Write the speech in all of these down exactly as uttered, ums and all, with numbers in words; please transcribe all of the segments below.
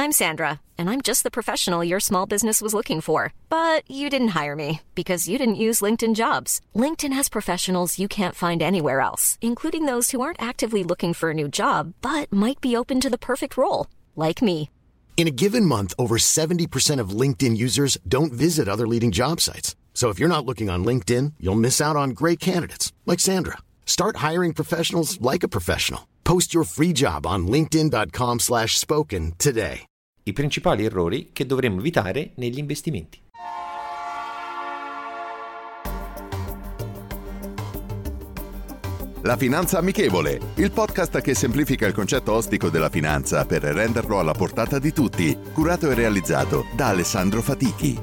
I'm Sandra, and I'm just the professional your small business was looking for. But you didn't hire me because you didn't use LinkedIn Jobs. LinkedIn has professionals you can't find anywhere else, including those who aren't actively looking for a new job, but might be open to the perfect role, like me. In a given month, over seventy percent of LinkedIn users don't visit other leading job sites. So if you're not looking on LinkedIn, you'll miss out on great candidates like Sandra. Start hiring professionals like a professional. Post your free job on linkedin dot com slash spoken today. I principali errori che dovremmo evitare negli investimenti. La Finanza Amichevole, il podcast che semplifica il concetto ostico della finanza per renderlo alla portata di tutti, curato e realizzato da Alessandro Fatichi.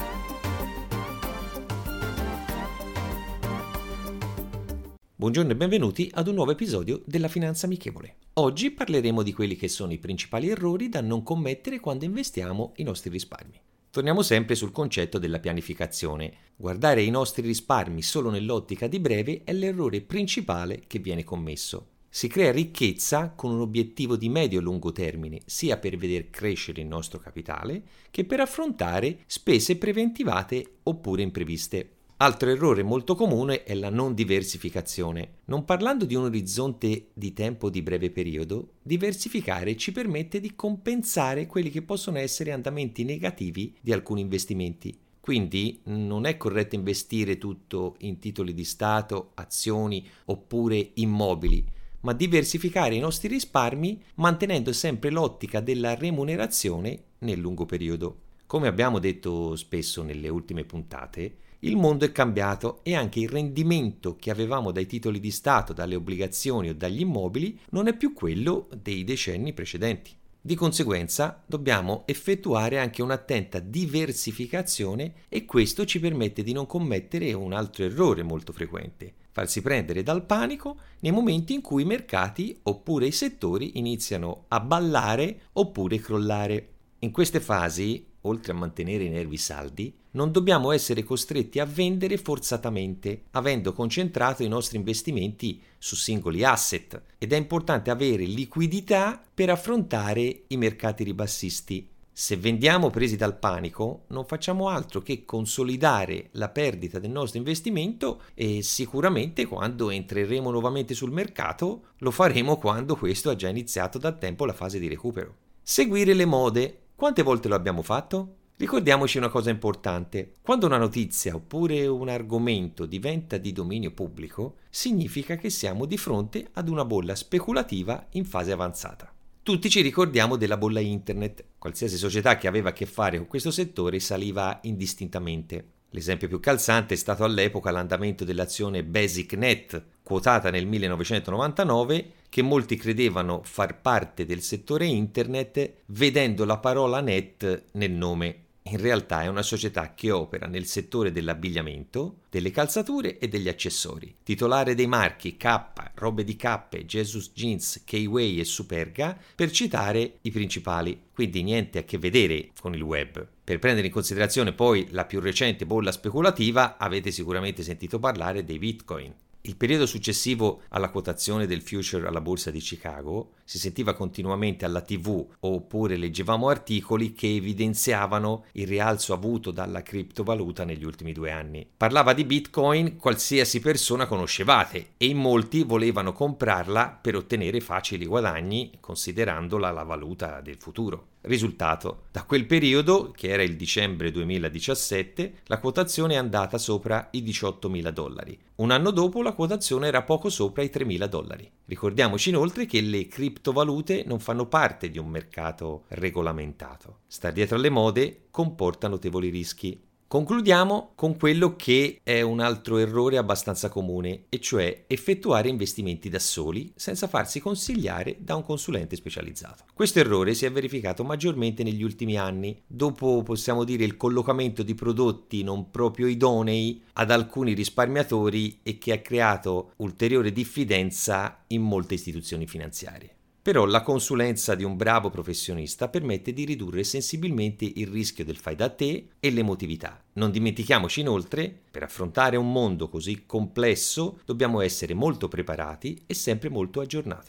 Buongiorno e benvenuti ad un nuovo episodio della Finanza Amichevole. Oggi parleremo di quelli che sono i principali errori da non commettere quando investiamo i nostri risparmi. Torniamo sempre sul concetto della pianificazione. Guardare i nostri risparmi solo nell'ottica di breve è l'errore principale che viene commesso. Si crea ricchezza con un obiettivo di medio-lungo termine, sia per veder crescere il nostro capitale che per affrontare spese preventivate oppure impreviste. Altro errore molto comune è la non diversificazione. Non parlando di un orizzonte di tempo di breve periodo, diversificare ci permette di compensare quelli che possono essere andamenti negativi di alcuni investimenti. Quindi non è corretto investire tutto in titoli di Stato, azioni oppure immobili, ma diversificare i nostri risparmi mantenendo sempre l'ottica della remunerazione nel lungo periodo. Come abbiamo detto spesso nelle ultime puntate, il mondo è cambiato e anche il rendimento che avevamo dai titoli di Stato, dalle obbligazioni o dagli immobili non è più quello dei decenni precedenti. Di conseguenza dobbiamo effettuare anche un'attenta diversificazione e questo ci permette di non commettere un altro errore molto frequente: farsi prendere dal panico nei momenti in cui i mercati oppure i settori iniziano a ballare oppure crollare. In queste fasi, oltre a mantenere i nervi saldi, non dobbiamo essere costretti a vendere forzatamente, avendo concentrato i nostri investimenti su singoli asset, ed è importante avere liquidità per affrontare i mercati ribassisti. Se vendiamo presi dal panico, non facciamo altro che consolidare la perdita del nostro investimento e sicuramente quando entreremo nuovamente sul mercato, lo faremo quando questo ha già iniziato da tempo la fase di recupero. Seguire le mode. Quante volte lo abbiamo fatto? Ricordiamoci una cosa importante: quando una notizia oppure un argomento diventa di dominio pubblico, significa che siamo di fronte ad una bolla speculativa in fase avanzata. Tutti ci ricordiamo della bolla internet. Qualsiasi società che aveva a che fare con questo settore saliva indistintamente. L'esempio più calzante è stato all'epoca l'andamento dell'azione BasicNet, quotata nel millenovecentonovantanove, che molti credevano far parte del settore internet vedendo la parola net nel nome. In realtà è una società che opera nel settore dell'abbigliamento, delle calzature e degli accessori. Titolare dei marchi K, Robe di K, Jesus Jeans, K-Way e Superga, per citare i principali. Quindi niente a che vedere con il web. Per prendere in considerazione poi la più recente bolla speculativa, avete sicuramente sentito parlare dei Bitcoin. Il periodo successivo alla quotazione del future alla borsa di Chicago si sentiva continuamente alla tivù oppure leggevamo articoli che evidenziavano il rialzo avuto dalla criptovaluta negli ultimi due anni. Parlava di Bitcoin qualsiasi persona conoscevate e in molti volevano comprarla per ottenere facili guadagni considerandola la valuta del futuro. Risultato: da quel periodo, che era il dicembre duemiladiciassette, la quotazione è andata sopra i diciottomila dollari. Un anno dopo la quotazione era poco sopra i tremila dollari. Ricordiamoci inoltre che le criptovalute non fanno parte di un mercato regolamentato. Star dietro alle mode comporta notevoli rischi. Concludiamo con quello che è un altro errore abbastanza comune, e cioè effettuare investimenti da soli senza farsi consigliare da un consulente specializzato. Questo errore si è verificato maggiormente negli ultimi anni, dopo possiamo dire il collocamento di prodotti non proprio idonei ad alcuni risparmiatori e che ha creato ulteriore diffidenza in molte istituzioni finanziarie. Però la consulenza di un bravo professionista permette di ridurre sensibilmente il rischio del fai da te e l'emotività. Non dimentichiamoci inoltre, per affrontare un mondo così complesso dobbiamo essere molto preparati e sempre molto aggiornati.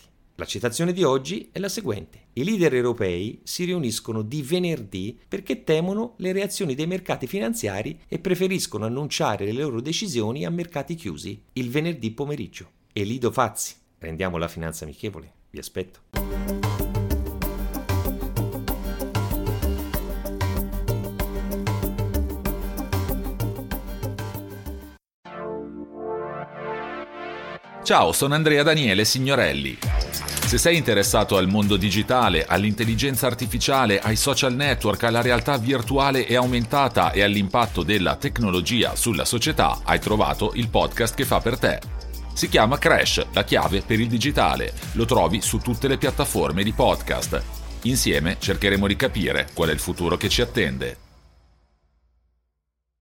La citazione di oggi è la seguente. I leader europei si riuniscono di venerdì perché temono le reazioni dei mercati finanziari e preferiscono annunciare le loro decisioni a mercati chiusi il venerdì pomeriggio. E Lido Fazzi. Rendiamo la finanza amichevole. Vi aspetto. Ciao, sono Andrea Daniele Signorelli. Se sei interessato al mondo digitale, all'intelligenza artificiale, ai social network, alla realtà virtuale e aumentata e all'impatto della tecnologia sulla società, hai trovato il podcast che fa per te. Si chiama Crash, la chiave per il digitale. Lo trovi su tutte le piattaforme di podcast. Insieme cercheremo di capire qual è il futuro che ci attende.